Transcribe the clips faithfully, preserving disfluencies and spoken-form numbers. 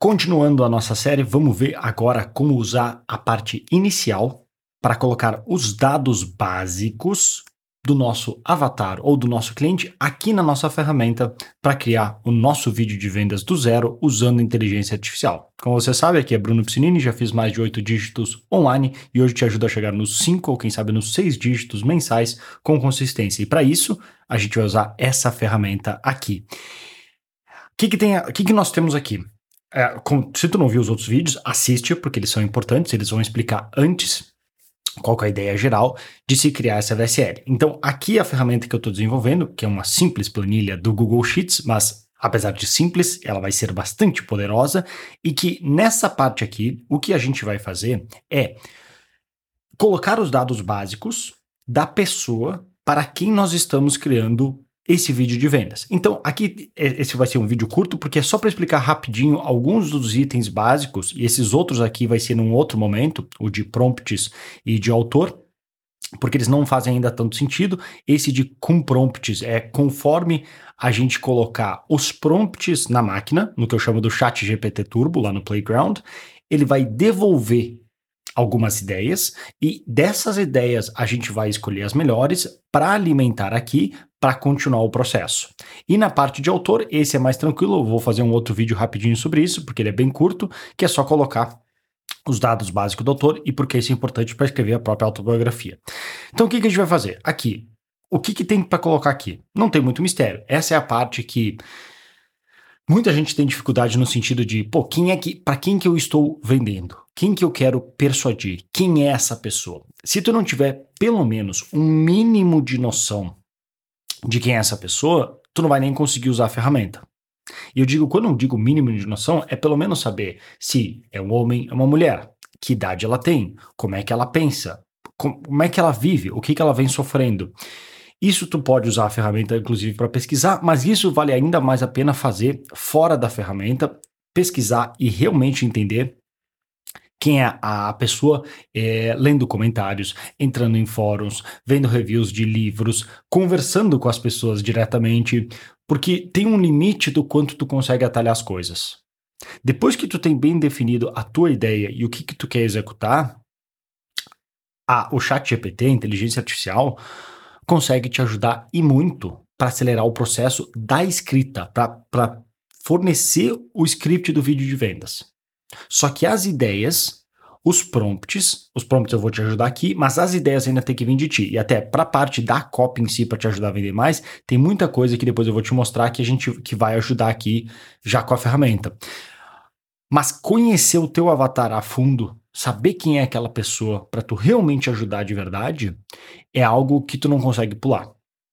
Continuando a nossa série, vamos ver agora como usar a parte inicial para colocar os dados básicos do nosso avatar ou do nosso cliente aqui na nossa ferramenta para criar o nosso vídeo de vendas do zero usando inteligência artificial. Como você sabe, aqui é Bruno Piscinini, já fiz mais de oito dígitos online e hoje te ajudo a chegar nos cinco ou quem sabe nos seis dígitos mensais com consistência. E para isso, a gente vai usar essa ferramenta aqui. O que que tem, o que que nós temos aqui? É, com, se tu não viu os outros vídeos, assiste, porque eles são importantes, eles vão explicar antes qual que é a ideia geral de se criar essa V S L. Então, aqui a ferramenta que eu estou desenvolvendo, que é uma simples planilha do Google Sheets, mas apesar de simples, ela vai ser bastante poderosa, e que nessa parte aqui, o que a gente vai fazer é colocar os dados básicos da pessoa para quem nós estamos criando esse vídeo de vendas. Então, aqui, esse vai ser um vídeo curto, porque é só para explicar rapidinho alguns dos itens básicos, e esses outros aqui vai ser num outro momento, o de prompts e de autor, porque eles não fazem ainda tanto sentido. Esse de com prompts é conforme a gente colocar os prompts na máquina, no que eu chamo do Chat G P T Turbo, lá no Playground, ele vai devolver algumas ideias, e dessas ideias a gente vai escolher as melhores para alimentar aqui, para continuar o processo. E na parte de autor, esse é mais tranquilo, eu vou fazer um outro vídeo rapidinho sobre isso, porque ele é bem curto, que é só colocar os dados básicos do autor e porque isso é importante para escrever a própria autobiografia. Então o que, que a gente vai fazer? Aqui, o que, que tem para colocar aqui? Não tem muito mistério, essa é a parte que muita gente tem dificuldade no sentido de, pô, quem é que, para quem que eu estou vendendo? Quem que eu quero persuadir? Quem é essa pessoa? Se tu não tiver pelo menos um mínimo de noção de quem é essa pessoa, tu não vai nem conseguir usar a ferramenta. E eu digo, quando eu digo mínimo de noção, é pelo menos saber se é um homem ou uma mulher, que idade ela tem, como é que ela pensa, como é que ela vive, o que que ela vem sofrendo. Isso tu pode usar a ferramenta, inclusive, para pesquisar, mas isso vale ainda mais a pena fazer fora da ferramenta, pesquisar e realmente entender quem é a pessoa, é, lendo comentários, entrando em fóruns, vendo reviews de livros, conversando com as pessoas diretamente, porque tem um limite do quanto tu consegue atalhar as coisas. Depois que tu tem bem definido a tua ideia e o que, que tu quer executar, a, o Chat G P T, a inteligência artificial, consegue te ajudar e muito para acelerar o processo da escrita, para fornecer o script do vídeo de vendas. Só que as ideias, os prompts, os prompts eu vou te ajudar aqui, mas as ideias ainda tem que vir de ti. E até para a parte da copy em si, para te ajudar a vender mais, tem muita coisa que depois eu vou te mostrar que a gente que vai ajudar aqui já com a ferramenta. Mas conhecer o teu avatar a fundo, saber quem é aquela pessoa para tu realmente ajudar de verdade, é algo que tu não consegue pular.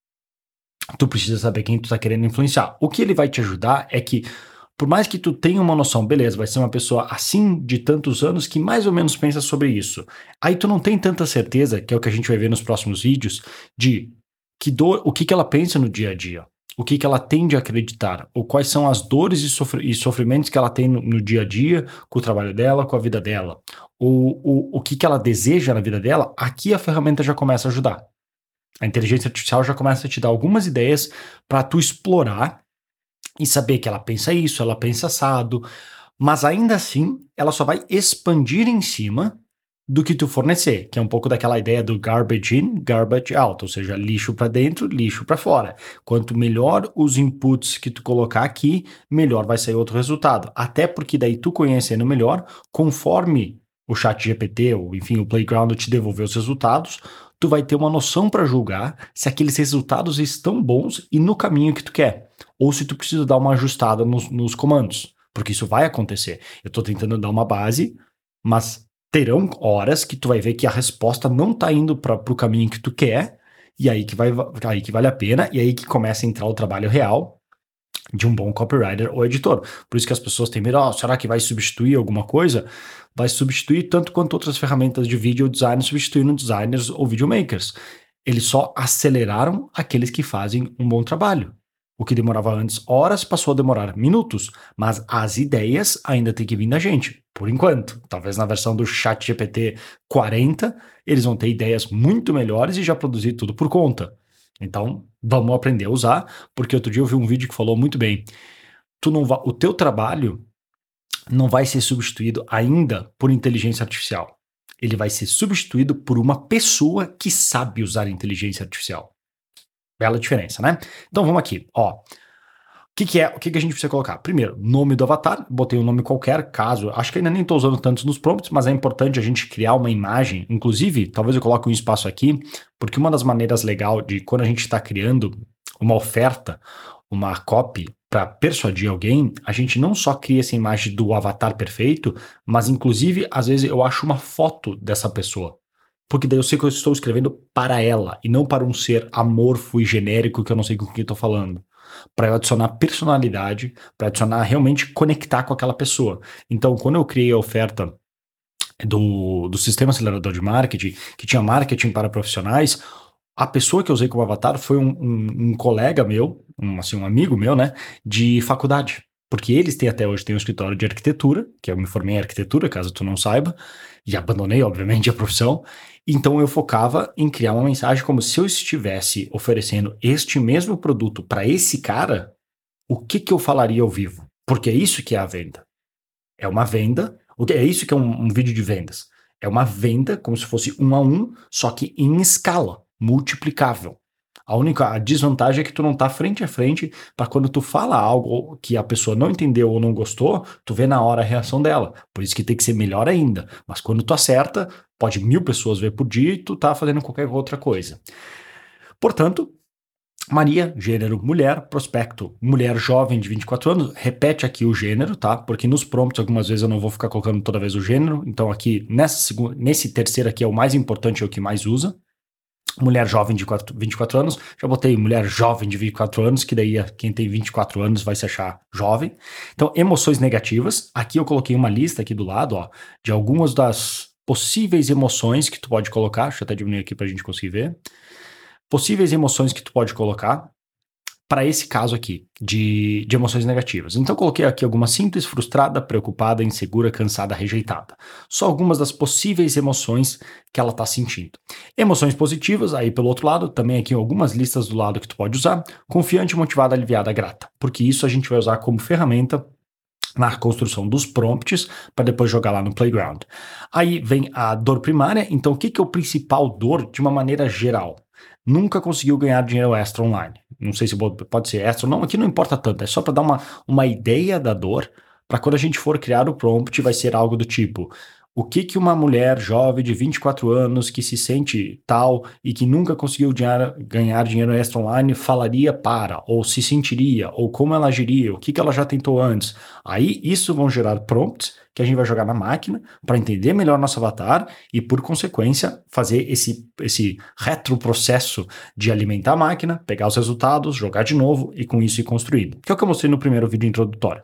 Tu precisa saber quem tu tá querendo influenciar. O que ele vai te ajudar é que, por mais que tu tenha uma noção, beleza, vai ser uma pessoa assim de tantos anos que mais ou menos pensa sobre isso. Aí tu não tem tanta certeza, que é o que a gente vai ver nos próximos vídeos, de que dor, o que, que ela pensa no dia a dia, o que, que ela tende a acreditar, ou quais são as dores e, sofr e sofrimentos que ela tem no, no dia a dia, com o trabalho dela, com a vida dela, ou, ou o que, que ela deseja na vida dela. Aqui a ferramenta já começa a ajudar. A inteligência artificial já começa a te dar algumas ideias para tu explorar e saber que ela pensa isso, ela pensa assado, mas ainda assim ela só vai expandir em cima do que tu fornecer, que é um pouco daquela ideia do garbage in, garbage out, ou seja, lixo para dentro, lixo para fora. Quanto melhor os inputs que tu colocar aqui, melhor vai sair outro resultado. Até porque daí tu conhecendo melhor, conforme o Chat G P T, ou enfim, o Playground te devolver os resultados, tu vai ter uma noção para julgar se aqueles resultados estão bons e no caminho que tu quer, ou se tu precisa dar uma ajustada nos, nos comandos, porque isso vai acontecer. Eu estou tentando dar uma base, mas terão horas que tu vai ver que a resposta não está indo para o caminho que tu quer, e aí que, vai, aí que vale a pena, e aí que começa a entrar o trabalho real de um bom copywriter ou editor. Por isso que as pessoas têm medo, oh, será que vai substituir alguma coisa? Vai substituir tanto quanto outras ferramentas de video design substituindo designers ou videomakers. Eles só aceleraram aqueles que fazem um bom trabalho. O que demorava antes horas passou a demorar minutos, mas as ideias ainda tem que vir da gente, por enquanto. Talvez na versão do Chat G P T quarenta, eles vão ter ideias muito melhores e já produzir tudo por conta. Então, vamos aprender a usar, porque outro dia eu vi um vídeo que falou muito bem. Tu não va- o teu trabalho não vai ser substituído ainda por inteligência artificial. Ele vai ser substituído por uma pessoa que sabe usar inteligência artificial. Bela diferença, né? Então vamos aqui, ó. O que, que é? O que, que a gente precisa colocar? Primeiro, nome do avatar. Botei um nome qualquer, caso. Acho que ainda nem estou usando tantos nos prompts, mas é importante a gente criar uma imagem. Inclusive, talvez eu coloque um espaço aqui, porque uma das maneiras legais de quando a gente está criando uma oferta, uma copy para persuadir alguém, a gente não só cria essa imagem do avatar perfeito, mas inclusive, às vezes, eu acho uma foto dessa pessoa. Porque daí eu sei que eu estou escrevendo para ela e não para um ser amorfo e genérico que eu não sei com quem estou falando. Para eu adicionar personalidade, para adicionar realmente conectar com aquela pessoa. Então, quando eu criei a oferta do, do sistema acelerador de marketing, que tinha marketing para profissionais, a pessoa que eu usei como avatar foi um, um, um colega meu, um, assim, um amigo meu, né, de faculdade. Porque eles têm até hoje têm um escritório de arquitetura, que eu me formei em arquitetura, caso tu não saiba, e abandonei, obviamente, a profissão. Então eu focava em criar uma mensagem como se eu estivesse oferecendo este mesmo produto para esse cara, o que que eu falaria ao vivo? Porque é isso que é a venda. É uma venda, o que é isso que é um, um vídeo de vendas. É uma venda como se fosse um a um, só que em escala, multiplicável. A única a desvantagem é que tu não tá frente a frente para quando tu fala algo que a pessoa não entendeu ou não gostou, tu vê na hora a reação dela. Por isso que tem que ser melhor ainda. Mas quando tu acerta, pode mil pessoas ver por dia e tu tá fazendo qualquer outra coisa. Portanto, Maria, gênero mulher, prospecto mulher jovem de vinte e quatro anos, repete aqui o gênero, tá? Porque nos prompts algumas vezes eu não vou ficar colocando toda vez o gênero, então aqui nessa segunda, nesse terceiro aqui é o mais importante, é o que mais usa. Mulher jovem de vinte e quatro anos, já botei mulher jovem de vinte e quatro anos, que daí quem tem vinte e quatro anos vai se achar jovem. Então, emoções negativas, aqui eu coloquei uma lista aqui do lado, ó, de algumas das possíveis emoções que tu pode colocar, deixa eu até diminuir aqui pra gente conseguir ver. Possíveis emoções que tu pode colocar para esse caso aqui, de, de emoções negativas. Então, eu coloquei aqui algumas simples: frustrada, preocupada, insegura, cansada, rejeitada. Só algumas das possíveis emoções que ela está sentindo. Emoções positivas, aí pelo outro lado, também aqui algumas listas do lado que tu pode usar: confiante, motivada, aliviada, grata. Porque isso a gente vai usar como ferramenta na construção dos prompts para depois jogar lá no playground. Aí vem a dor primária. Então, o que, que é o principal dor de uma maneira geral? Nunca conseguiu ganhar dinheiro extra online. Não sei se pode ser extra ou não, aqui não importa tanto, é só para dar uma, uma ideia da dor, para quando a gente for criar o prompt, vai ser algo do tipo: o que que uma mulher jovem de vinte e quatro anos que se sente tal e que nunca conseguiu dinheiro, ganhar dinheiro extra online falaria para, ou se sentiria, ou como ela agiria, o que que ela já tentou antes. Aí isso vão gerar prompts que a gente vai jogar na máquina para entender melhor nosso avatar e, por consequência, fazer esse, esse retroprocesso de alimentar a máquina, pegar os resultados, jogar de novo e com isso ir construindo. Que é o que eu mostrei no primeiro vídeo introdutório.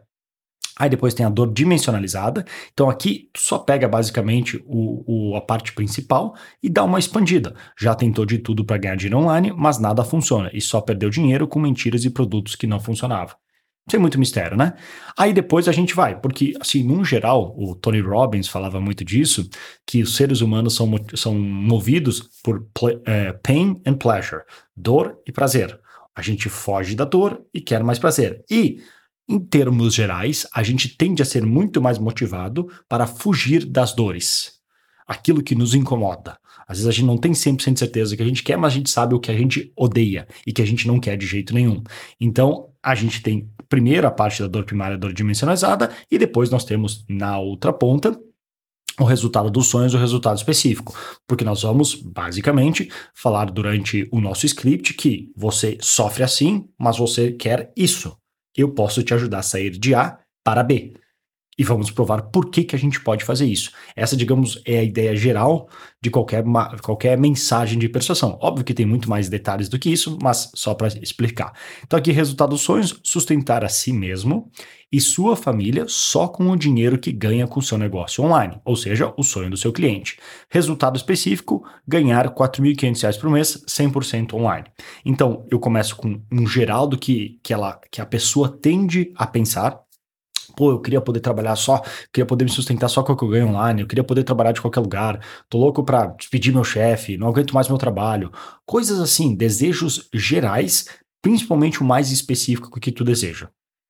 Aí depois tem a dor dimensionalizada. Então aqui tu só pega basicamente o, o, a parte principal e dá uma expandida. Já tentou de tudo para ganhar dinheiro online, mas nada funciona e só perdeu dinheiro com mentiras e produtos que não funcionavam. Sem muito mistério, né? Aí depois a gente vai, porque, assim, num geral, o Tony Robbins falava muito disso, que os seres humanos são, são movidos por é, pain and pleasure, dor e prazer. A gente foge da dor e quer mais prazer. E, em termos gerais, a gente tende a ser muito mais motivado para fugir das dores, aquilo que nos incomoda. Às vezes a gente não tem cem por cento de certeza do que a gente quer, mas a gente sabe o que a gente odeia e que a gente não quer de jeito nenhum. Então, a gente tem primeiro a parte da dor primária, a dor dimensionalizada, e depois nós temos na outra ponta o resultado dos sonhos, o resultado específico. Porque nós vamos, basicamente, falar durante o nosso script que você sofre assim, mas você quer isso. Eu posso te ajudar a sair de A para B. E vamos provar por que, que a gente pode fazer isso. Essa, digamos, é a ideia geral de qualquer, qualquer mensagem de persuasão. Óbvio que tem muito mais detalhes do que isso, mas só para explicar. Então aqui, resultado dos sonhos: sustentar a si mesmo e sua família só com o dinheiro que ganha com o seu negócio online, ou seja, o sonho do seu cliente. Resultado específico: ganhar quatro mil e quinhentos reais por mês, cem por cento online. Então, eu começo com um geral do que, que, ela, que a pessoa tende a pensar. Pô, eu queria poder trabalhar só, queria poder me sustentar só com o que eu ganho online, eu queria poder trabalhar de qualquer lugar, tô louco pra despedir meu chefe, não aguento mais meu trabalho. Coisas assim, desejos gerais, principalmente o mais específico que tu deseja.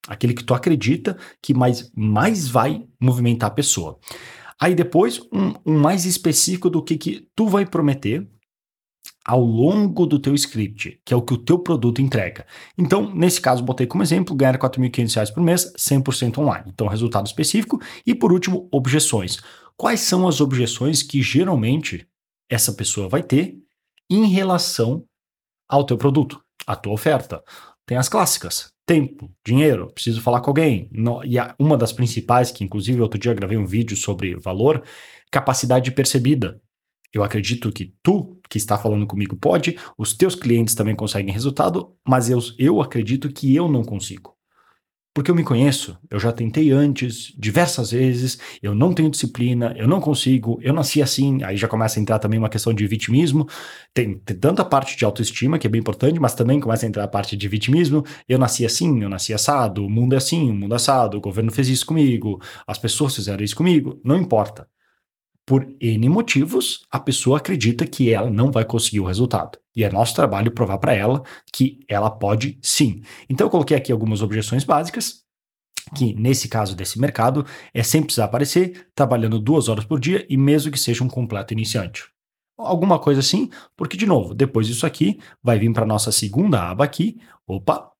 aquele que tu acredita que mais, mais vai movimentar a pessoa. Aí depois, um, um mais específico do que, que tu vai prometer ao longo do teu script, que é o que o teu produto entrega. Então, nesse caso, botei como exemplo, ganhar quatro mil e quinhentos reais por mês, cem por cento online. Então, resultado específico. E por último, objeções. Quais são as objeções que geralmente essa pessoa vai ter em relação ao teu produto, à tua oferta? Tem as clássicas. Tempo, dinheiro, preciso falar com alguém. No, e a, uma das principais, que inclusive outro dia eu gravei um vídeo sobre valor, capacidade percebida. Eu acredito que tu, que está falando comigo, pode, os teus clientes também conseguem resultado, mas eu, eu acredito que eu não consigo. Porque eu me conheço, eu já tentei antes, diversas vezes, eu não tenho disciplina, eu não consigo, eu nasci assim, aí já começa a entrar também uma questão de vitimismo, tem, tem tanta parte de autoestima, que é bem importante, mas também começa a entrar a parte de vitimismo, eu nasci assim, eu nasci assado, o mundo é assim, o mundo é assado, o governo fez isso comigo, as pessoas fizeram isso comigo, não importa. Por N motivos, a pessoa acredita que ela não vai conseguir o resultado. E é nosso trabalho provar para ela que ela pode sim. Então eu coloquei aqui algumas objeções básicas, que nesse caso desse mercado é sem precisar aparecer, trabalhando duas horas por dia e mesmo que seja um completo iniciante. Alguma coisa assim, porque de novo, depois disso aqui, vai vir para nossa segunda aba aqui. Opa!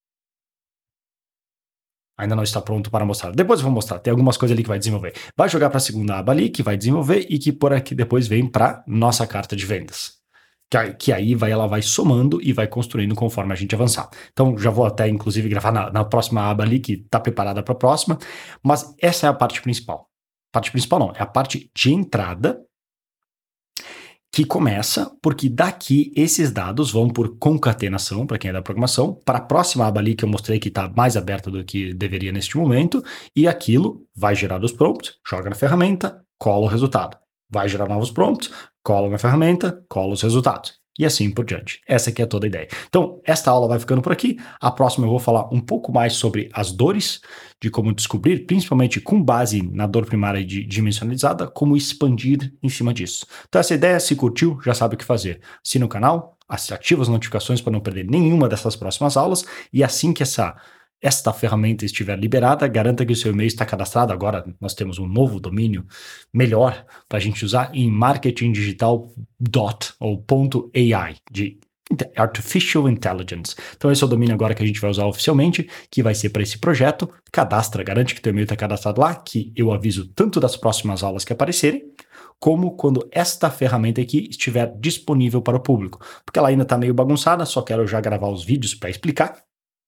Ainda não está pronto para mostrar. Depois eu vou mostrar. Tem algumas coisas ali que vai desenvolver. Vai jogar para a segunda aba ali, que vai desenvolver, e que por aqui depois vem para nossa carta de vendas. Que aí, que aí vai, ela vai somando e vai construindo conforme a gente avançar. Então já vou até, inclusive, gravar na, na próxima aba ali, que está preparada para a próxima. Mas essa é a parte principal. Parte principal não, é a parte de entrada, que começa porque daqui esses dados vão por concatenação, para quem é da programação, para a próxima aba ali que eu mostrei que está mais aberta do que deveria neste momento, e aquilo vai gerar os prompts, joga na ferramenta, cola o resultado. Vai gerar novos prompts, cola na ferramenta, cola os resultados. E assim por diante. Essa aqui é toda a ideia. Então, esta aula vai ficando por aqui. A próxima eu vou falar um pouco mais sobre as dores, de como descobrir, principalmente com base na dor primária de dimensionalizada, como expandir em cima disso. Então, essa ideia, se curtiu, já sabe o que fazer. Assina o canal, ativa as notificações para não perder nenhuma dessas próximas aulas, e assim que essa esta ferramenta estiver liberada, garanta que o seu e-mail está cadastrado. Agora nós temos um novo domínio melhor para a gente usar em marketing digital dot ou ponto .ai, de Artificial Intelligence. Então esse é o domínio agora que a gente vai usar oficialmente, que vai ser para esse projeto. Cadastra, garante que teu e-mail está cadastrado lá, que eu aviso tanto das próximas aulas que aparecerem, como quando esta ferramenta aqui estiver disponível para o público. Porque ela ainda está meio bagunçada, só quero já gravar os vídeos para explicar.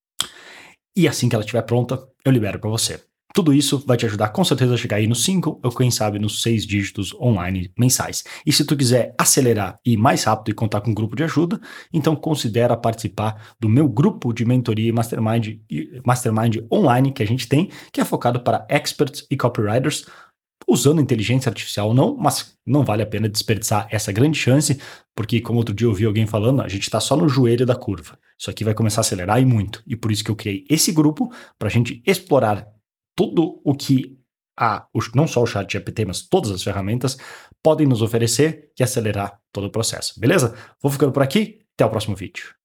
E assim que ela estiver pronta, eu libero para você. Tudo isso vai te ajudar com certeza a chegar aí nos cinco ou quem sabe nos seis dígitos online mensais. E se tu quiser acelerar e ir mais rápido e contar com um grupo de ajuda, então considera participar do meu grupo de mentoria e mastermind, mastermind online que a gente tem, que é focado para experts e copywriters, usando inteligência artificial ou não, mas não vale a pena desperdiçar essa grande chance, porque como outro dia eu ouvi alguém falando, a gente está só no joelho da curva. Isso aqui vai começar a acelerar e muito. E por isso que eu criei esse grupo, para a gente explorar tudo o que a, não só o ChatGPT, mas todas as ferramentas podem nos oferecer e acelerar todo o processo. Beleza? Vou ficando por aqui, até o próximo vídeo.